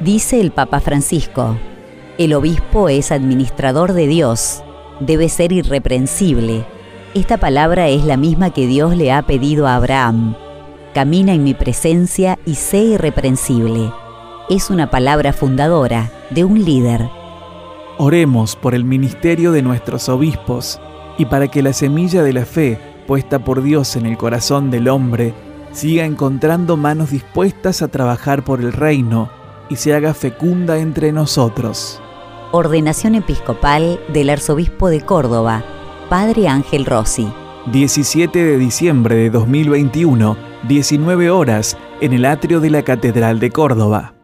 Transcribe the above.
Dice el Papa Francisco: el obispo es administrador de Dios, debe ser irreprensible. Esta palabra es la misma que Dios le ha pedido a Abraham: camina en mi presencia y sé irreprensible. Es una palabra fundadora de un líder. Oremos por el ministerio de nuestros obispos y para que la semilla de la fe, puesta por Dios en el corazón del hombre, siga encontrando manos dispuestas a trabajar por el reino y se haga fecunda entre nosotros. Ordenación episcopal del arzobispo de Córdoba, Padre Ángel Rossi. 17 de diciembre de 2021, 19 horas, en el atrio de la Catedral de Córdoba.